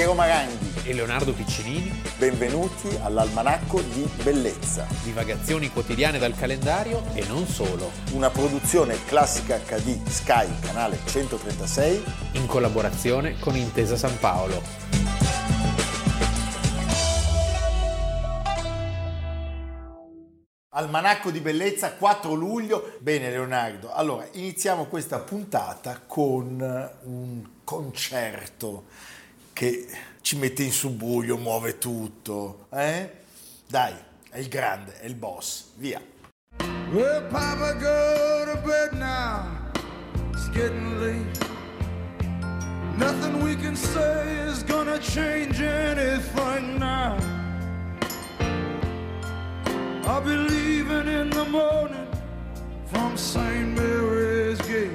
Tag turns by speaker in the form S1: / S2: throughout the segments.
S1: Piero Maranghi
S2: e Leonardo Piccinini.
S1: Benvenuti all'Almanacco di Bellezza.
S2: Divagazioni quotidiane dal calendario e non solo.
S1: Una produzione Classica HD Sky, canale 136.
S2: In collaborazione con Intesa San Paolo.
S1: Almanacco di Bellezza, 4 luglio. Bene Leonardo, allora iniziamo questa puntata con un concerto che ci mette in subbuglio, muove tutto. Dai, è il grande, è il boss, via.
S3: Well, Papa, go to bed now. It's getting late. Nothing we can say is gonna change anything now. I'll be leaving in the morning from St. Mary's Gate.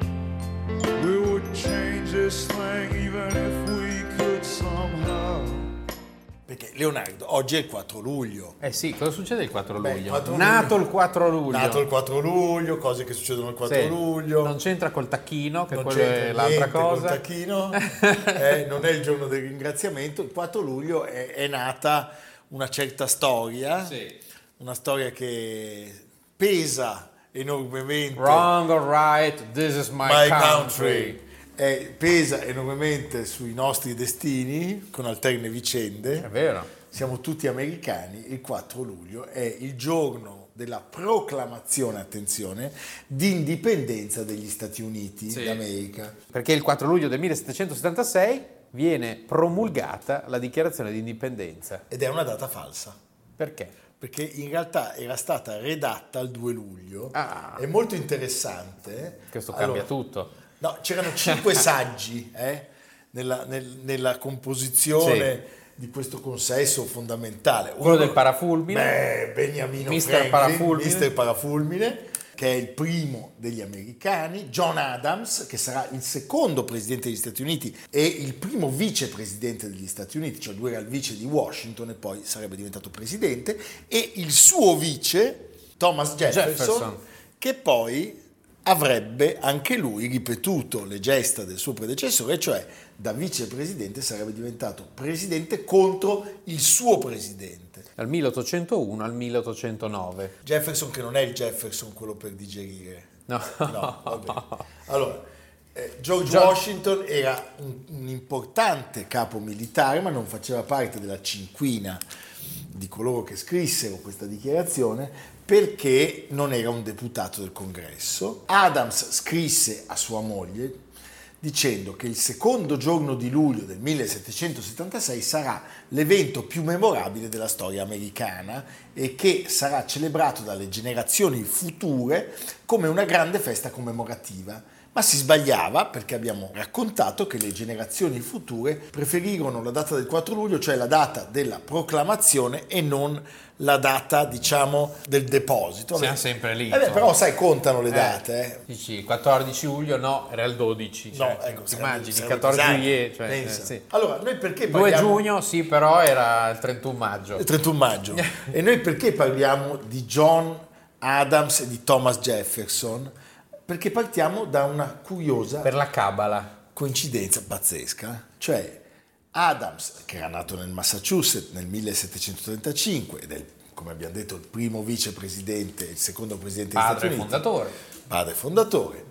S3: We wouldn't change this thing even if we could somehow.
S1: Perché Leonardo, oggi è il 4 luglio.
S2: Eh sì, cosa succede il 4
S1: Beh,
S2: luglio?
S1: 4
S2: Nato
S1: luglio.
S2: il 4 luglio.
S1: Nato il 4 luglio, cose che succedono il 4
S2: Sì,
S1: luglio.
S2: non c'entra col tacchino, che
S1: Non
S2: quello è
S1: c'entra
S2: l'altra
S1: niente col
S2: cosa.
S1: tacchino, non è il giorno del ringraziamento. Il 4 luglio è nata una certa storia,
S2: Sì.
S1: una storia che pesa enormemente.
S2: Wrong or right, this is my country.
S1: Pesa enormemente sui nostri destini con alterne vicende.
S2: È vero.
S1: Siamo tutti americani. Il 4 luglio è il giorno della proclamazione, attenzione, di indipendenza degli Stati Uniti d'America.
S2: Perché il 4 luglio del 1776 viene promulgata la dichiarazione di indipendenza.
S1: Ed è una data falsa,
S2: Perché?
S1: perché in realtà era stata redatta il 2 luglio.
S2: Ah.
S1: È molto interessante.
S2: Questo cambia tutto.
S1: No, c'erano 5 saggi nella composizione di questo consesso fondamentale.
S2: Quello del parafulmine.
S1: Beniamino
S2: Mister
S1: Franklin,
S2: Parafulmine.
S1: Mister Parafulmine, che è il primo degli americani, John Adams, che sarà il secondo presidente degli Stati Uniti e il primo vicepresidente degli Stati Uniti, cioè lui era il vice di Washington e poi sarebbe diventato presidente, e il suo vice, Thomas Jefferson. Che poi avrebbe anche lui ripetuto le gesta del suo predecessore, cioè da vicepresidente sarebbe diventato presidente contro il suo presidente.
S2: Dal 1801 al 1809.
S1: Jefferson, che non è il Jefferson quello per digerire.
S2: No.
S1: Vabbè. Allora, George Washington era un importante capo militare, ma non faceva parte della cinquina di coloro che scrissero questa dichiarazione, perché non era un deputato del Congresso. Adams scrisse a sua moglie dicendo che il secondo giorno di luglio del 1776 sarà l'evento più memorabile della storia americana e che sarà celebrato dalle generazioni future come una grande festa commemorativa. Ma si sbagliava, perché abbiamo raccontato che le generazioni future preferirono la data del 4 luglio, cioè la data della proclamazione e non la data, diciamo, del deposito.
S2: Siamo sempre lì.
S1: Però sai, contano le date.
S2: Dici, il 14 luglio no, era il 12.
S1: No,
S2: Cioè,
S1: ecco,
S2: ti immagini,
S1: sarebbe
S2: 14
S1: pesante,
S2: luglio. Cioè,
S1: pensa.
S2: sì.
S1: Allora, noi perché
S2: 2
S1: parliamo...
S2: giugno, sì, però era il 31 maggio.
S1: Il 31 maggio. E noi perché parliamo di John Adams e di Thomas Jefferson? Perché partiamo da una curiosa
S2: Per la cabala.
S1: coincidenza pazzesca, cioè Adams, che era nato nel Massachusetts nel 1735 ed è, come abbiamo detto, il primo vicepresidente, il secondo presidente degli Stati Uniti, padre fondatore,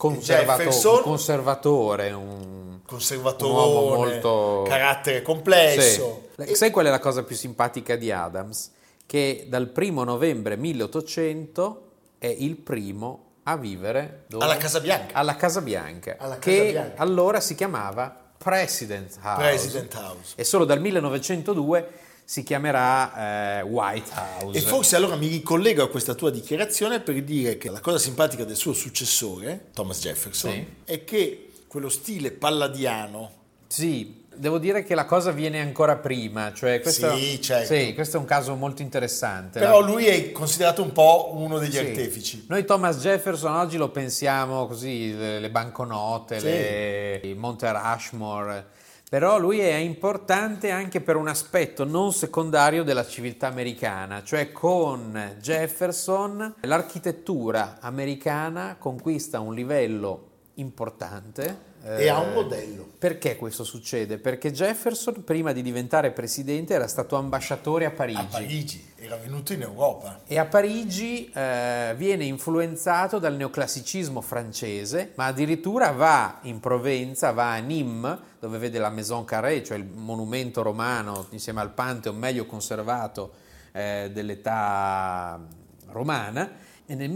S2: Conservatore, un uomo molto...
S1: carattere complesso.
S2: Sì. Sai qual è la cosa più simpatica di Adams? Che dal 1 novembre 1800 è il primo a vivere dove?
S1: Alla Casa Bianca.
S2: Alla Casa Bianca,
S1: Alla Casa
S2: che
S1: Bianca.
S2: allora si chiamava President House. E solo dal 1902 si chiamerà White House.
S1: E forse allora mi ricollego a questa tua dichiarazione per dire che la cosa simpatica del suo successore, Thomas Jefferson,
S2: Sì.
S1: è che quello stile palladiano.
S2: Sì, devo dire che la cosa viene ancora prima, cioè questo,
S1: Sì, certo.
S2: sì, questo è un caso molto interessante.
S1: Però lui è considerato un po' uno degli
S2: Sì.
S1: artefici.
S2: Noi Thomas Jefferson oggi lo pensiamo così, le banconote,
S1: Sì.
S2: il Monte Rushmore, però lui è importante anche per un aspetto non secondario della civiltà americana, cioè con Jefferson l'architettura americana conquista un livello importante
S1: E ha un modello.
S2: Perché questo succede? Perché Jefferson, prima di diventare presidente, era stato ambasciatore a Parigi.
S1: A Parigi, era venuto in Europa.
S2: E a Parigi viene influenzato dal neoclassicismo francese, ma addirittura va in Provenza, va a Nîmes, dove vede la Maison Carrée, cioè il monumento romano insieme al Pantheon meglio conservato dell'età romana, e nel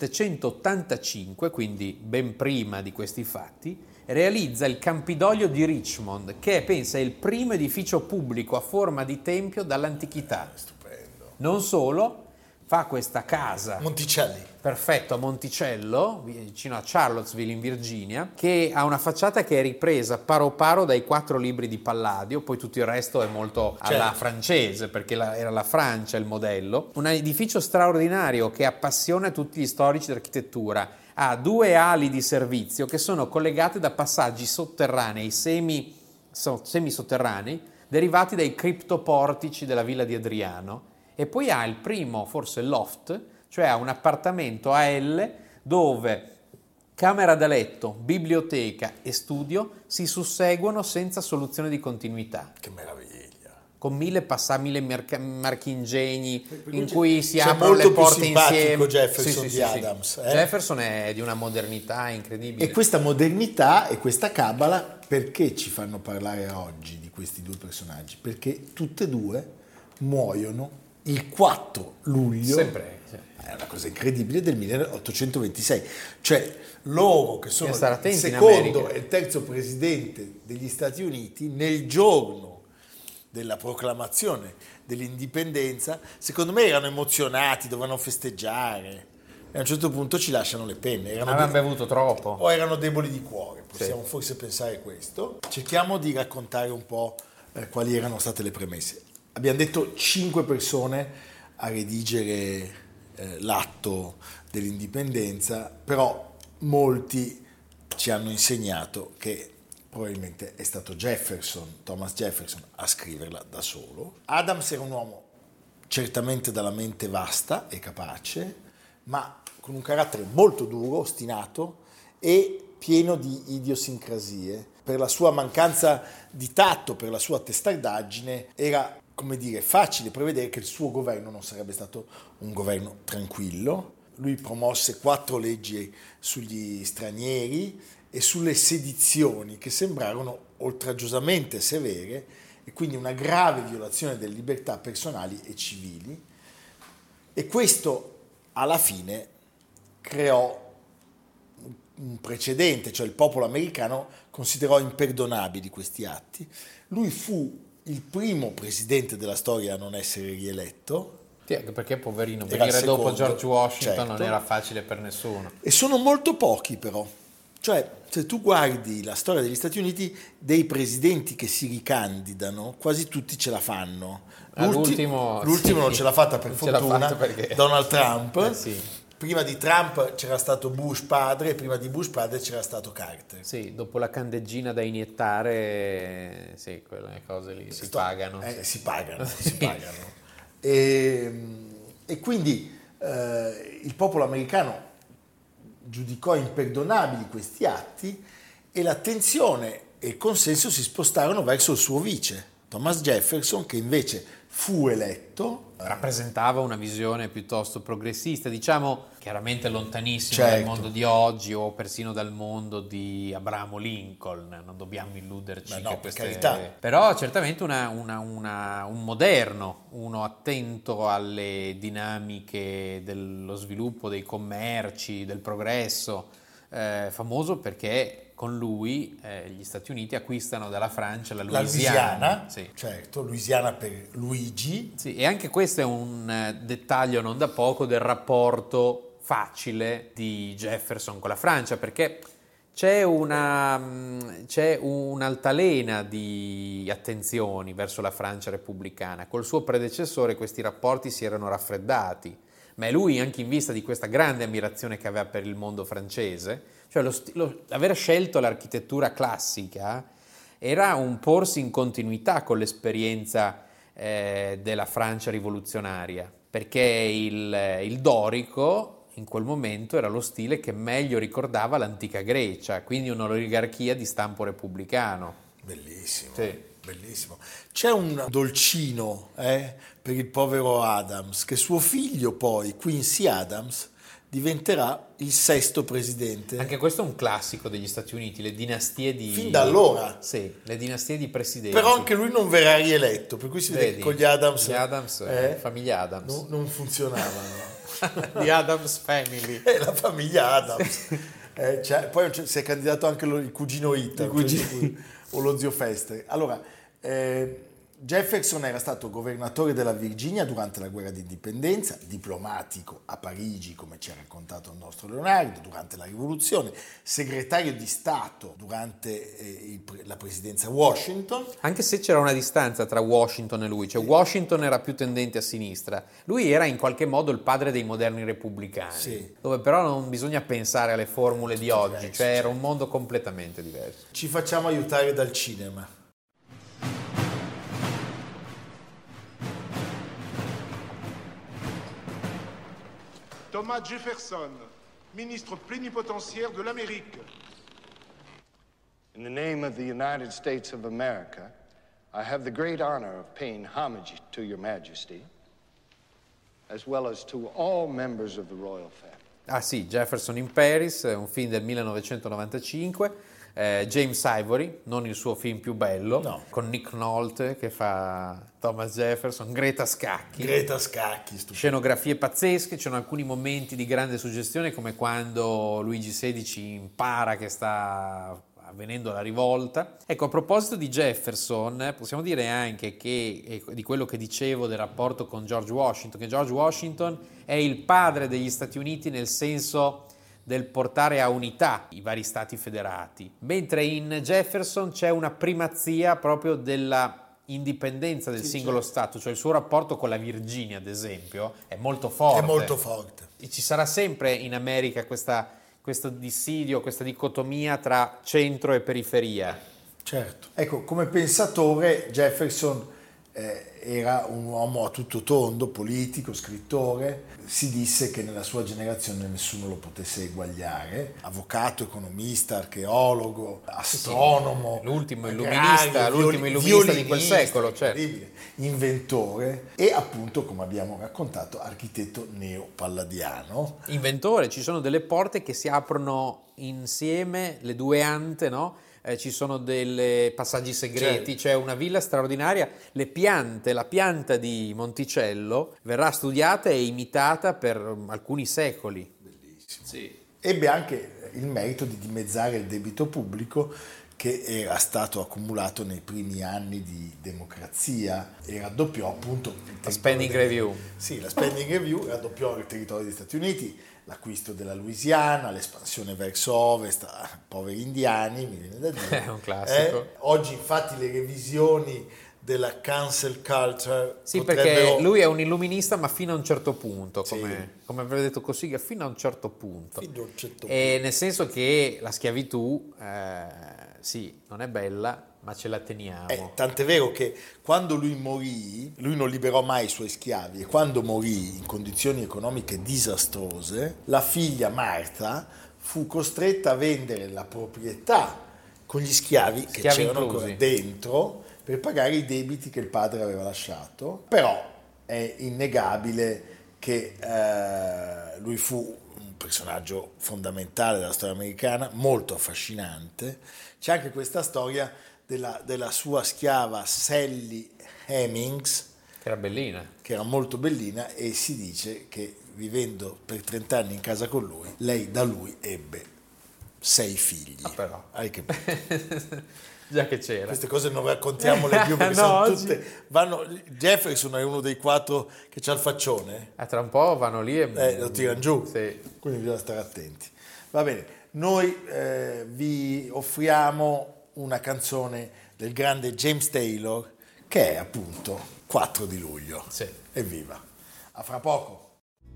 S2: 1785, quindi ben prima di questi fatti, realizza il Campidoglio di Richmond, che pensa è il primo edificio pubblico a forma di tempio dall'antichità.
S1: Stupendo.
S2: Non solo, fa questa casa
S1: Monticelli.
S2: perfetto a Monticello, vicino a Charlottesville in Virginia, che ha una facciata che è ripresa paro paro dai 4 libri di Palladio, poi tutto il resto è molto alla francese, perché era la Francia il modello. Un edificio straordinario che appassiona tutti gli storici d'architettura. Ha 2 ali di servizio che sono collegate da passaggi sotterranei, semisotterranei, derivati dai criptoportici della villa di Adriano, e poi ha il primo, forse loft, cioè ha un appartamento a L dove camera da letto, biblioteca e studio si susseguono senza soluzione di continuità.
S1: Che meraviglia.
S2: Con 1000 marchingegni in cui si
S1: C'è
S2: aprono le
S1: molto più
S2: porte
S1: simpatico
S2: insieme.
S1: Jefferson di Adams.
S2: Jefferson è di una modernità incredibile.
S1: E questa modernità e questa cabala perché ci fanno parlare oggi di questi 2 personaggi? Perché tutte e 2 muoiono il 4 luglio.
S2: Sempre.
S1: È una cosa incredibile, del 1826. Cioè loro che sono
S2: stare
S1: il
S2: attenti in
S1: secondo
S2: America.
S1: e il terzo presidente degli Stati Uniti, nel giorno della proclamazione dell'indipendenza, secondo me erano emozionati, dovevano festeggiare, e a un certo punto ci lasciano le penne.
S2: Avevano bevuto troppo.
S1: O erano deboli di cuore, possiamo forse pensare questo. Cerchiamo di raccontare un po' quali erano state le premesse. Abbiamo detto 5 persone a redigere l'atto dell'indipendenza, però molti ci hanno insegnato che probabilmente è stato Thomas Jefferson, a scriverla da solo. Adams era un uomo certamente dalla mente vasta e capace, ma con un carattere molto duro, ostinato e pieno di idiosincrasie. Per la sua mancanza di tatto, per la sua testardaggine, era, come dire, facile prevedere che il suo governo non sarebbe stato un governo tranquillo. Lui promosse 4 leggi sugli stranieri e sulle sedizioni che sembrarono oltraggiosamente severe e quindi una grave violazione delle libertà personali e civili, e questo alla fine creò un precedente, cioè il popolo americano considerò imperdonabili questi atti. Lui fu il primo presidente della storia a non essere rieletto.
S2: Sì, anche perché poverino,
S1: Era
S2: venire dopo George Washington
S1: certo.
S2: non era facile per nessuno.
S1: E sono molto pochi però. Cioè, se tu guardi la storia degli Stati Uniti, dei presidenti che si ricandidano, quasi tutti ce la fanno.
S2: L'ultimo
S1: non ce l'ha fatta per fortuna,
S2: perché...
S1: Donald Trump.
S2: Sì.
S1: Prima di Trump c'era stato Bush padre, e prima di Bush padre c'era stato Carter.
S2: Sì, dopo la candeggina da iniettare, sì, quelle cose lì si pagano.
S1: Si pagano. E quindi il popolo americano giudicò imperdonabili questi atti e l'attenzione e il consenso si spostarono verso il suo vice, Thomas Jefferson, che invece fu eletto.
S2: Rappresentava una visione piuttosto progressista, diciamo chiaramente lontanissima
S1: certo.
S2: dal mondo di oggi o persino dal mondo di Abramo Lincoln, non dobbiamo illuderci che
S1: per carità.
S2: Però certamente un moderno, uno attento alle dinamiche dello sviluppo dei commerci, del progresso, famoso perché con lui gli Stati Uniti acquistano dalla Francia la Louisiana. Sì.
S1: Certo, Louisiana per Luigi.
S2: Sì, e anche questo è un dettaglio non da poco del rapporto facile di Jefferson con la Francia, perché c'è un'altalena di attenzioni verso la Francia repubblicana. Col suo predecessore questi rapporti si erano raffreddati, ma è lui, anche in vista di questa grande ammirazione che aveva per il mondo francese, cioè aver scelto l'architettura classica era un porsi in continuità con l'esperienza della Francia rivoluzionaria, perché il dorico in quel momento era lo stile che meglio ricordava l'antica Grecia, quindi un'oligarchia di stampo repubblicano.
S1: Bellissimo,
S2: Sì.
S1: bellissimo. C'è un dolcino per il povero Adams, che suo figlio poi, Quincy Adams, diventerà il 6º presidente.
S2: Anche questo è un classico degli Stati Uniti, le dinastie di...
S1: Fin da allora.
S2: Sì, le dinastie di presidenti.
S1: Però anche lui non verrà rieletto, per cui si vede
S2: Vedi,
S1: che con gli Adams,
S2: famiglia Adams.
S1: non funzionavano.
S2: The Adams Family.
S1: La famiglia Adams. Poi si è candidato anche il cugino Ethan, o lo zio Fester. Allora, Jefferson era stato governatore della Virginia durante la guerra d'indipendenza, diplomatico a Parigi, come ci ha raccontato il nostro Leonardo, durante la rivoluzione, segretario di Stato durante la presidenza Washington.
S2: Anche se c'era una distanza tra Washington e lui, cioè Washington era più tendente a sinistra, lui era in qualche modo il padre dei moderni repubblicani,
S1: sì,
S2: dove però non bisogna pensare alle formule di oggi,
S1: diverso,
S2: cioè era un mondo completamente diverso.
S1: Ci facciamo aiutare dal cinema.
S4: Thomas Jefferson, ministre plénipotentiaire de l'Amérique.
S5: In the name of the United States of America, I have the great honor of paying homage to Your Majesty, as well as to all members of the royal family.
S2: Ah sì, Jefferson in Paris, un film del 1995, James Ivory, non il suo film più bello,
S1: no,
S2: con Nick Nolte che fa Thomas Jefferson, Greta Scacchi, scenografie pazzesche, ci sono alcuni momenti di grande suggestione come quando Luigi XVI impara che sta avvenendo la rivolta. Ecco, a proposito di Jefferson, possiamo dire anche che di quello che dicevo del rapporto con George Washington, che George Washington è il padre degli Stati Uniti nel senso del portare a unità i vari stati federati, mentre in Jefferson c'è una primazia proprio della indipendenza del singolo stato, cioè il suo rapporto con la Virginia, ad esempio, è molto forte.
S1: È molto forte.
S2: E ci sarà sempre in America questo dissidio, questa dicotomia tra centro e periferia.
S1: Certo. Ecco, come pensatore Jefferson era un uomo a tutto tondo, politico, scrittore. Si disse che nella sua generazione nessuno lo potesse eguagliare. Avvocato, economista, archeologo, astronomo,
S2: l'ultimo illuminista di quel secolo, certo.
S1: Inventore e appunto, come abbiamo raccontato, architetto neo-palladiano.
S2: Inventore, ci sono delle porte che si aprono insieme, le due ante, no? Ci sono dei passaggi segreti, c'è una villa straordinaria, la pianta di Monticello verrà studiata e imitata per alcuni secoli.
S1: Bellissimo. Sì. Ebbe anche il merito di dimezzare il debito pubblico che era stato accumulato nei primi anni di democrazia e raddoppiò appunto
S2: la spending review.
S1: Sì, la spending review raddoppiò il territorio degli Stati Uniti, l'acquisto della Louisiana, l'espansione verso ovest, poveri indiani, mi viene da dire.
S2: È un classico.
S1: Oggi infatti le revisioni della cancel culture.
S2: Sì, perché lui è un illuminista, ma fino a un certo punto, come aveva detto Cossiga, fino a un certo punto. E nel senso che la schiavitù, sì, non è bella, ma ce la teniamo.
S1: Tant'è vero che quando lui morì, lui non liberò mai i suoi schiavi e quando morì in condizioni economiche disastrose, la figlia Martha fu costretta a vendere la proprietà con gli schiavi che c'erano ancora dentro per pagare i debiti che il padre aveva lasciato. Però è innegabile che lui fu un personaggio fondamentale della storia americana, molto affascinante. C'è anche questa storia della sua schiava Sally Hemings,
S2: che era bellina,
S1: che era molto bellina, e si dice che vivendo per 30 anni in casa con lui, lei da lui ebbe 6 figli.
S2: Però.
S1: Che
S2: già che c'era.
S1: Queste cose non raccontiamole più perché sono tutte. Jefferson è uno dei 4 che c'ha il faccione.
S2: Tra un po' vanno lì e
S1: lo tirano giù.
S2: Sì.
S1: Quindi bisogna stare attenti. Va bene, noi vi offriamo una canzone del grande James Taylor che è appunto 4 di luglio.
S2: Sì.
S1: Evviva! A fra poco.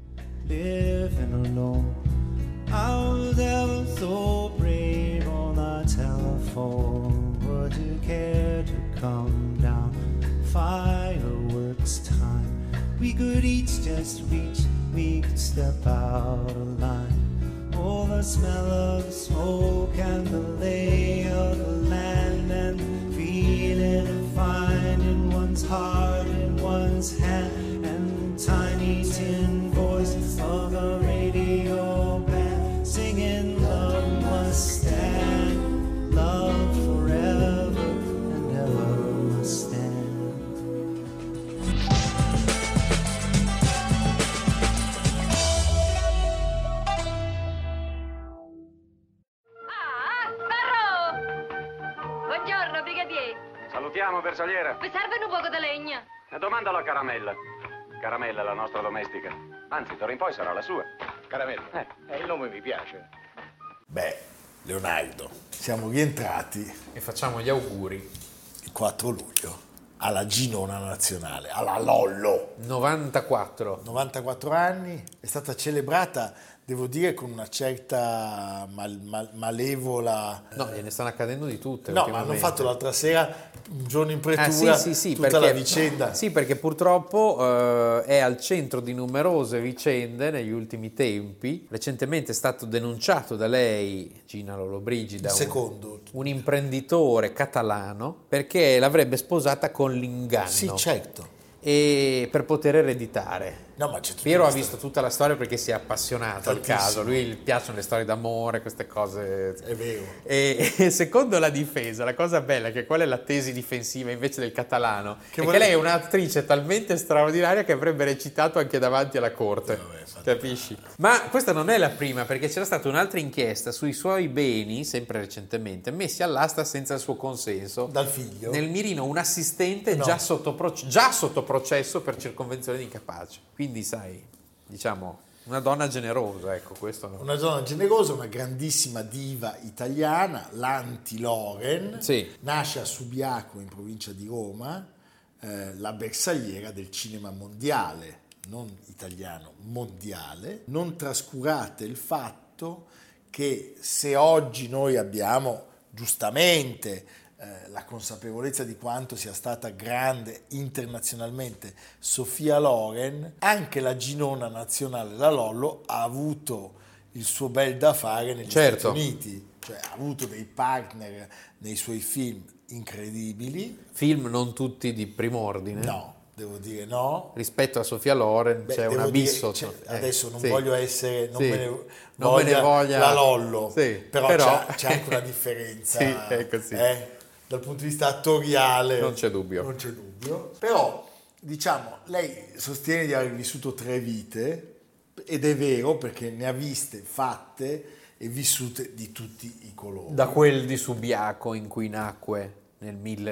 S6: Living alone, I was ever so brave on the telephone. Would you care to come down? Fireworks time. We could each just reach we could step out of line. Oh, the smell of the smoke and the lay of the land, and feeling and finding one's heart in one's hand, and the tiny tin voice of the radio band singing love must stand, love forever and ever must stand.
S7: Buongiorno, brigadier.
S8: Salutiamo, Bersagliere.
S7: Vi serve un poco di legna?
S8: Domandalo a Caramella. Caramella è la nostra domestica. Anzi, d'ora in poi sarà la sua.
S5: Caramella. Il nome mi piace.
S1: Beh, Leonardo, siamo rientrati
S2: E facciamo gli auguri.
S1: il 4 luglio alla Ginona Nazionale, alla Lollo.
S2: 94.
S1: 94 anni, è stata celebrata, devo dire, con una certa malevola...
S2: No, gliene stanno accadendo di tutte.
S1: No, ma hanno
S2: ultimamente.
S1: fatto l'altra sera, un giorno in pretura,
S2: sì,
S1: tutta
S2: perché,
S1: la vicenda.
S2: Sì, perché purtroppo è al centro di numerose vicende negli ultimi tempi. Recentemente è stato denunciato da lei, Gina Lollobrigida, un imprenditore catalano, perché l'avrebbe sposata con l'inganno.
S1: Sì, certo.
S2: E per poter ereditare.
S1: No, ma c'è
S2: Piero ha visto tutta la storia perché si è appassionato al
S1: Tantissimo.
S2: caso, lui gli piacciono le storie d'amore, queste cose.
S1: È vero.
S2: E secondo la difesa, la cosa bella è che qual è la tesi difensiva invece del catalano? Che
S1: vuole-
S2: lei è un'attrice talmente straordinaria che avrebbe recitato anche davanti alla corte. Capisci? Ma questa non è la prima, perché c'era stata un'altra inchiesta sui suoi beni, sempre recentemente, messi all'asta senza il suo consenso.
S1: Dal figlio?
S2: Nel mirino un assistente
S1: No.
S2: già sotto processo per circonvenzione di incapace. Quindi, sai, diciamo, una donna generosa, ecco, questo.
S1: Una donna generosa, una grandissima diva italiana, l'Anti Loren,
S2: Sì.
S1: nasce a Subiaco in provincia di Roma, la bersagliera del cinema mondiale, non italiano, mondiale. Non trascurate il fatto che se oggi noi abbiamo giustamente la consapevolezza di quanto sia stata grande internazionalmente Sofia Loren, anche la Ginona Nazionale, la Lollo, ha avuto il suo bel da fare negli
S2: Certo.
S1: Stati Uniti, cioè ha avuto dei partner nei suoi film incredibili.
S2: Film non tutti di prim'ordine.
S1: No, devo dire no.
S2: Rispetto a Sofia Loren
S1: Beh,
S2: c'è un
S1: devo
S2: abisso.
S1: dire, adesso non
S2: sì.
S1: voglio essere, non
S2: Sì.
S1: me ne
S2: Non me ne voglia
S1: la Lollo,
S2: Sì,
S1: però c'è anche una differenza.
S2: Sì, è così.
S1: Dal punto di vista attoriale
S2: Non c'è dubbio.
S1: non c'è dubbio. Però, diciamo, lei sostiene di aver vissuto 3 vite, ed è vero, perché ne ha viste, fatte e vissute di tutti i colori.
S2: Da quel di Subiaco in cui nacque nel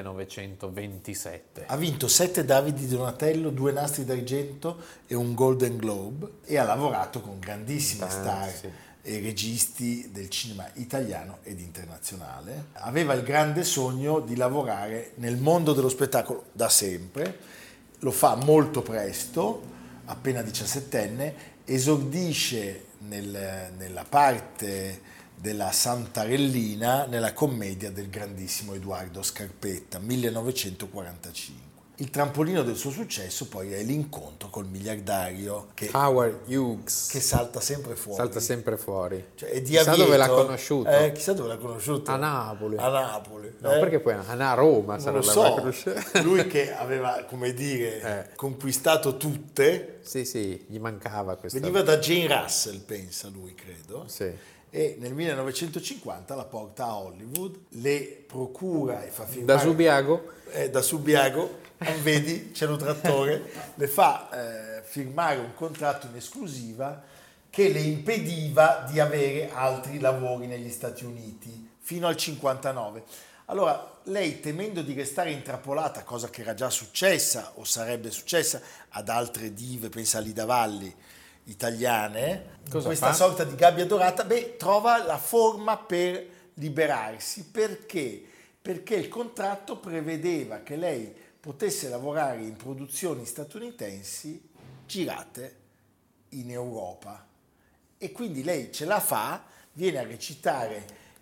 S2: 1927.
S1: Ha vinto 7 Davide di Donatello, 2 nastri d'argento e un Golden Globe, e ha lavorato con grandissime star
S2: sì.
S1: e registi del cinema italiano ed internazionale. Aveva il grande sogno di lavorare nel mondo dello spettacolo da sempre, lo fa molto presto, appena 17enne, esordisce nella parte della Santarellina nella commedia del grandissimo Edoardo Scarpetta, 1945. Il trampolino del suo successo poi è l'incontro col miliardario che
S2: Howard Hughes.
S1: che salta sempre fuori.
S2: Salta sempre fuori.
S1: Cioè, è di
S2: Chissà
S1: Avieto.
S2: dove l'ha conosciuto.
S1: Chissà dove l'ha conosciuto.
S2: A Napoli.
S1: A Napoli.
S2: No, perché poi a Roma
S1: Non
S2: sarà
S1: lo
S2: la
S1: so.
S2: conoscenza.
S1: Lui che aveva, come dire, conquistato tutte,
S2: Sì, gli mancava questa.
S1: veniva da Jane Russell, pensa lui, credo.
S2: Sì.
S1: E nel 1950 la porta a Hollywood, le procura e fa
S2: Da
S1: firmare...
S2: Subiaco?
S1: Da Subiaco, vedi, c'è un trattore, le fa firmare un contratto in esclusiva che le impediva di avere altri lavori negli Stati Uniti fino al 59. Allora, lei, temendo di restare intrappolata, cosa che era già successa o sarebbe successa ad altre dive, pensa a Lida Valli, italiane,
S2: Cosa
S1: questa
S2: fa?
S1: sorta di gabbia dorata, trova la forma per liberarsi. Perché? Perché il contratto prevedeva che lei potesse lavorare in produzioni statunitensi girate in Europa. E quindi lei ce la fa, viene a recitare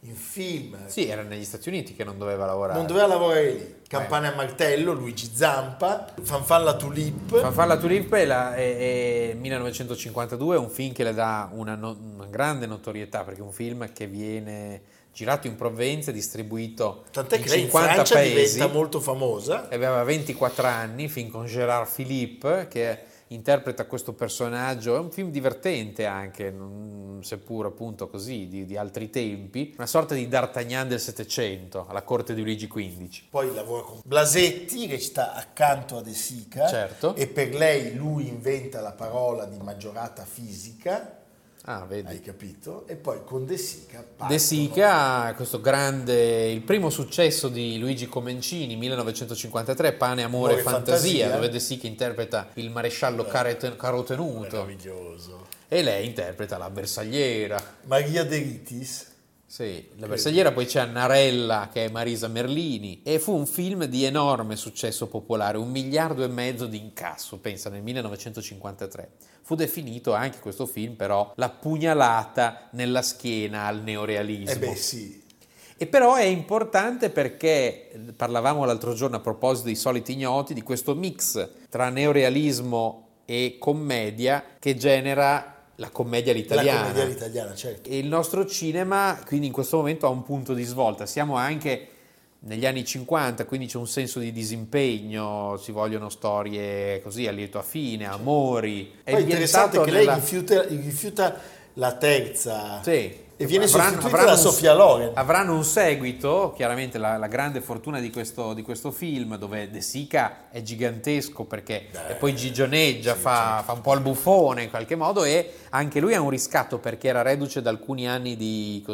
S1: in film.
S2: Sì, era negli Stati Uniti che non doveva lavorare.
S1: Non doveva lavorare lì. Campane a martello, Luigi Zampa, Fanfalla Tulip.
S2: Fanfalla Tulip è 1952, è un film che le dà una grande notorietà, perché è un film che viene girato in Provenza, distribuito
S1: tant'è
S2: in
S1: che lei
S2: 50
S1: in Francia
S2: paesi.
S1: diventa molto famosa.
S2: Aveva 24 anni, film con Gérard Philippe, che interpreta questo personaggio. È un film divertente anche, seppur appunto così di altri tempi, una sorta di D'Artagnan del Settecento alla corte di Luigi XV.
S1: Poi lavora con Blasetti che sta accanto a De Sica,
S2: certo.
S1: E per lei lui inventa la parola di maggiorata fisica.
S2: Ah, vedi.
S1: Hai capito? E poi con De Sica
S2: De Sica, questo grande, il primo successo di Luigi Comencini, 1953, Pane, Amore e Fantasia, dove De Sica interpreta il maresciallo Carotenuto.
S1: Meraviglioso.
S2: E lei interpreta la bersagliera.
S1: Maria De Ritis.
S2: Sì, la bersagliera, poi c'è Annarella che è Marisa Merlini, e fu un film di enorme successo popolare, 1,5 miliardi di incasso, pensa, nel 1953. Fu definito anche questo film però la pugnalata nella schiena al neorealismo.
S1: Sì.
S2: E però è importante perché parlavamo l'altro giorno a proposito dei Soliti Ignoti, di questo mix tra neorealismo e commedia che genera la commedia all'italiana.
S1: La commedia all'italiana, certo.
S2: E il nostro cinema quindi in questo momento ha un punto di svolta. Siamo anche negli anni 50, quindi c'è un senso di disimpegno, si vogliono storie così a lieto fine, amori.
S1: Poi è interessante che lei rifiuta la terza.
S2: Sì.
S1: E viene sostituita da Sofia Loren.
S2: Avranno un seguito, chiaramente la grande fortuna di questo film, dove De Sica è gigantesco perché e poi gigioneggia, fa un po' il buffone in qualche modo, e anche lui ha un riscatto perché era reduce da alcuni anni di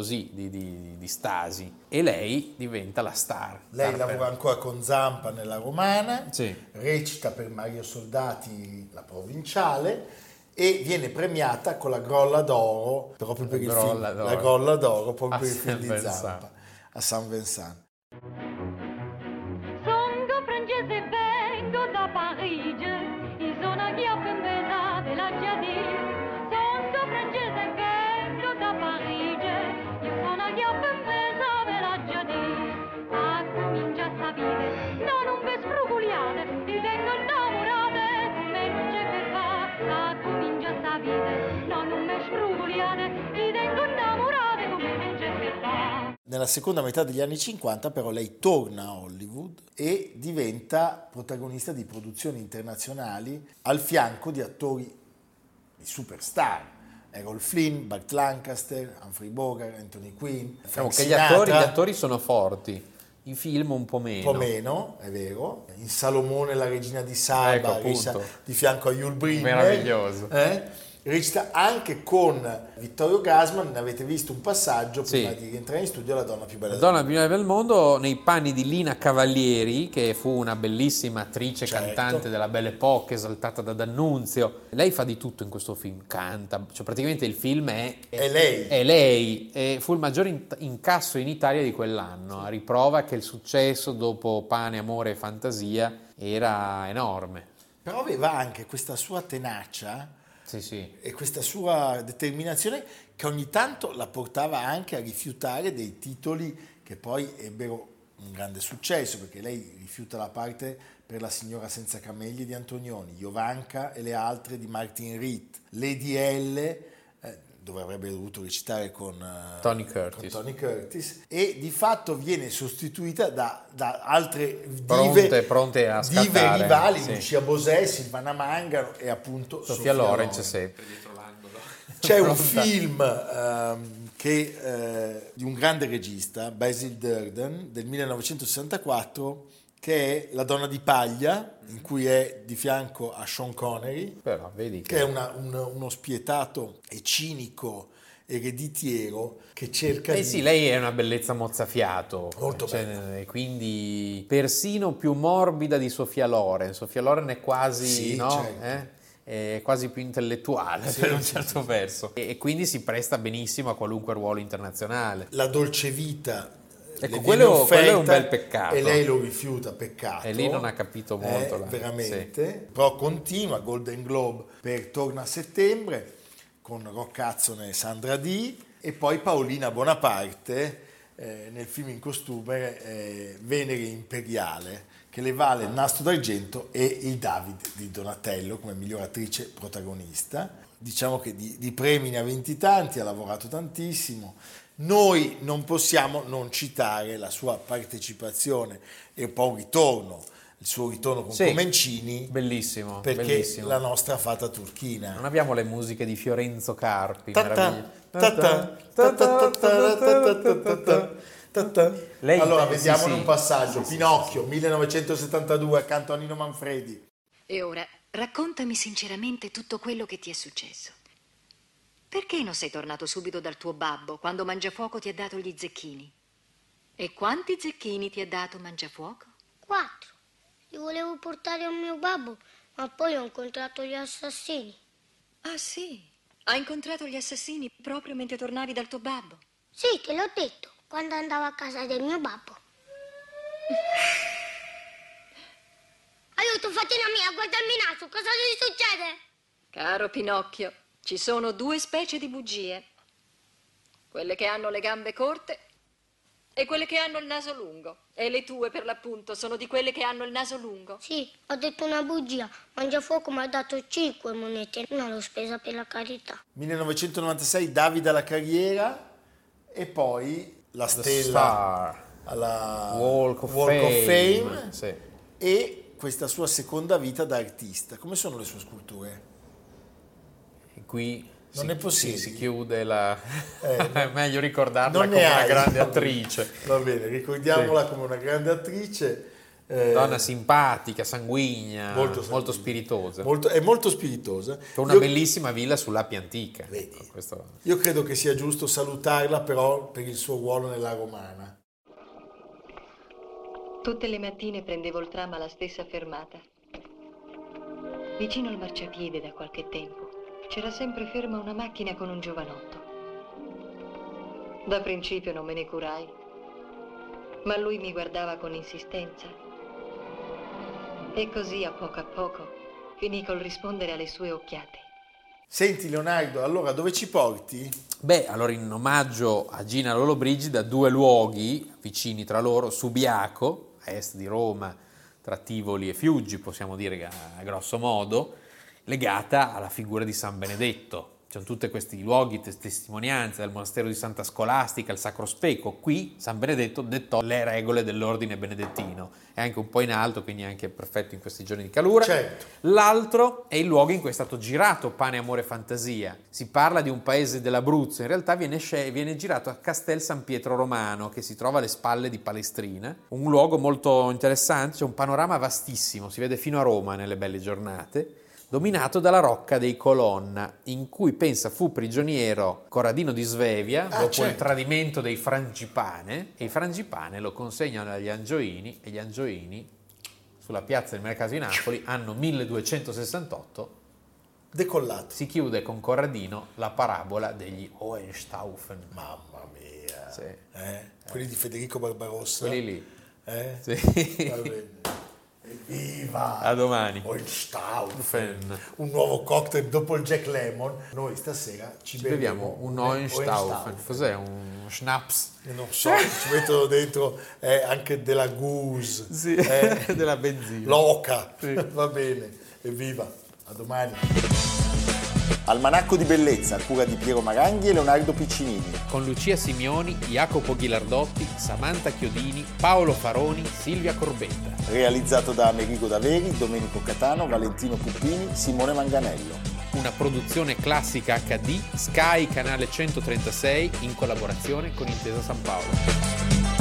S2: stasi, e lei diventa la star.
S1: Lei lavora ancora con Zampa nella Romana,
S2: sì.
S1: Recita per Mario Soldati la Provinciale, e viene premiata con la Grolla d'Oro proprio per il film. La Grolla d'Oro proprio per il film di Zampa a San Vincent.
S7: Sono francese e vengo da Parigi, in zona Ghiappembesa della Giardini. Sono francese e vengo da Parigi, in zona Ghiappembesa della Giardini. A comincia sta vita, non ve sfruguliate, vi vengo innamorate, come non c'è per fare. A comincia sta vita, non me sfruguliate, vi vengo innamorate, come non c'è per fare.
S1: Nella seconda metà degli anni 50 però lei torna a Hollywood e diventa protagonista di produzioni internazionali al fianco di attori di superstar. Errol Flynn, Burt Lancaster, Humphrey Bogart, Anthony Quinn, Frank
S2: che gli
S1: Sinatra.
S2: attori sono forti, i film un po' meno.
S1: Un po' meno, è vero. In Salomone la regina di Saba,
S2: Ecco,
S1: di fianco a Yul Brynner.
S2: Meraviglioso.
S1: Recita anche con Vittorio Gassman, ne avete visto un passaggio prima di rientrare in studio, La donna più bella del mondo.
S2: Donna più bella del mondo, nei panni di Lina Cavalieri, che fu una bellissima attrice, cantante della Belle Époque, esaltata da D'Annunzio. Lei fa di tutto in questo film, canta, cioè praticamente il film è
S1: lei.
S2: È lei, e fu il maggior incasso in Italia di quell'anno, a riprova che il successo dopo Pane, Amore e Fantasia era enorme.
S1: Però aveva anche questa sua tenacia.
S2: Sì.
S1: E questa sua determinazione che ogni tanto la portava anche a rifiutare dei titoli che poi ebbero un grande successo, perché lei rifiuta la parte per La signora senza camelli di Antonioni, Jovanka e le altre di Martin Ritt, Lady L, dove avrebbe dovuto recitare con
S2: Tony Curtis,
S1: e di fatto viene sostituita da altre dive
S2: pronte a scattare,
S1: rivali, Lucia Bosè, Silvana Mangano e appunto
S2: Sofia Loren sempre
S9: dietro l'angolo.
S1: C'è un film di un grande regista, Basil Durden, del 1964, che è La donna di paglia, in cui è di fianco a Sean Connery,
S2: però, vedi
S1: che è uno spietato e cinico ereditiero che cerca di...
S2: sì, lei è una bellezza mozzafiato,
S1: molto bella.
S2: E quindi persino più morbida di Sofia Loren. Sofia Loren è quasi,
S1: certo.
S2: È quasi più intellettuale per un certo verso, e quindi si presta benissimo a qualunque ruolo internazionale.
S1: La dolce vita,
S2: ecco, quello è un bel peccato.
S1: E lei lo rifiuta, peccato.
S2: E lì non ha capito molto.
S1: Veramente.
S2: Sì.
S1: Però continua, Golden Globe per Torna a settembre, con Rock Hudson e Sandra Dee, e poi Paolina Bonaparte nel film in costume Venere Imperiale, che le vale il Nastro d'Argento e il David di Donatello come miglior attrice protagonista. Diciamo che di premi ne ha vinti tanti, ha lavorato tantissimo. Noi non possiamo non citare la sua partecipazione e un po' un ritorno, il suo ritorno con Comencini.
S2: Bellissimo,
S1: perché
S2: bellissimo.
S1: La nostra fata turchina.
S2: Non abbiamo le musiche di Fiorenzo Carpi,
S1: Allora vediamo un passaggio. Pinocchio, 1972, accanto a Nino Manfredi.
S9: E ora raccontami sinceramente tutto quello che ti è successo. Perché non sei tornato subito dal tuo babbo quando Mangiafuoco ti ha dato gli zecchini? E quanti zecchini ti ha dato Mangiafuoco?
S10: 4. Li volevo portare al mio babbo, ma poi ho incontrato gli assassini.
S9: Ah sì? Hai incontrato gli assassini proprio mentre tornavi dal tuo babbo?
S10: Sì, te l'ho detto, quando andavo a casa del mio babbo. Aiuto, fatina mia, guardami il naso, cosa gli succede?
S9: Caro Pinocchio, ci sono 2 specie di bugie. Quelle che hanno le gambe corte e quelle che hanno il naso lungo. E le tue, per l'appunto, sono di quelle che hanno il naso lungo.
S10: Sì, ho detto una bugia. Mangiafuoco mi ha dato 5 monete, non l'ho spesa per la carità.
S1: 1996, Davide alla carriera e poi la stella alla Walk of Fame.
S2: Sì.
S1: E questa sua seconda vita da artista. Come sono le sue sculture?
S2: Qui
S1: non è possibile.
S2: Si chiude la... è meglio ricordarla come una grande attrice.
S1: Va bene, ricordiamola come una grande attrice.
S2: Donna simpatica, sanguigna, molto spiritosa.
S1: È molto spiritosa.
S2: Con una bellissima villa sull'Appia Antica.
S1: Vedi,
S2: questo...
S1: Io credo che sia giusto salutarla però per il suo ruolo nella Romana.
S9: Tutte le mattine prendevo il tram alla stessa fermata. Vicino al marciapiede da qualche tempo c'era sempre ferma una macchina con un giovanotto. Da principio non me ne curai, ma lui mi guardava con insistenza. E così a poco finì col rispondere alle sue occhiate.
S1: Senti Leonardo, allora dove ci porti?
S2: Beh, allora in omaggio a Gina Lollobrigida, 2 luoghi vicini tra loro, Subiaco, a est di Roma, tra Tivoli e Fiuggi, possiamo dire a grosso modo, legata alla figura di San Benedetto. Ci sono tutti questi luoghi, testimonianze del monastero di Santa Scolastica, il Sacro Speco. Qui San Benedetto dettò le regole dell'ordine benedettino. È anche un po' in alto, quindi anche perfetto in questi giorni di calura.
S1: Certo.
S2: L'altro è il luogo in cui è stato girato Pane, Amore, Fantasia. Si parla di un paese dell'Abruzzo, in realtà viene girato a Castel San Pietro Romano, che si trova alle spalle di Palestrina. Un luogo molto interessante, c'è un panorama vastissimo, si vede fino a Roma nelle belle giornate, dominato dalla Rocca dei Colonna, in cui pensa fu prigioniero Corradino di Svevia dopo il tradimento dei Frangipane, e i Frangipane lo consegnano agli Angioini, e gli Angioini sulla piazza del Mercato di Napoli, anno 1268,
S1: decollato.
S2: Si chiude con Corradino la parabola degli Hohenstaufen.
S1: Mamma mia,
S2: sì.
S1: Quelli di Federico Barbarossa,
S2: quelli lì,
S1: sì. Va bene. Evviva!
S2: A domani.
S1: Hohenstaufen. Un nuovo cocktail dopo il Jack Lemon. Noi stasera ci beviamo
S2: un Hohenstaufen. Cos'è? Un schnapps?
S1: Non so, ci mettono dentro anche della goose,
S2: sì, della benzina.
S1: L'oca. Sì. Va bene. Evviva! A domani. Almanacco di bellezza, a cura di Piero Maranghi e Leonardo Piccinini.
S2: Con Lucia Simioni, Jacopo Ghilardotti, Samantha Chiodini, Paolo Faroni, Silvia Corbetta.
S1: Realizzato da Amerigo Daveri, Domenico Catano, Valentino Puppini, Simone Manganello.
S2: Una produzione classica HD, Sky Canale 136, in collaborazione con Intesa San Paolo.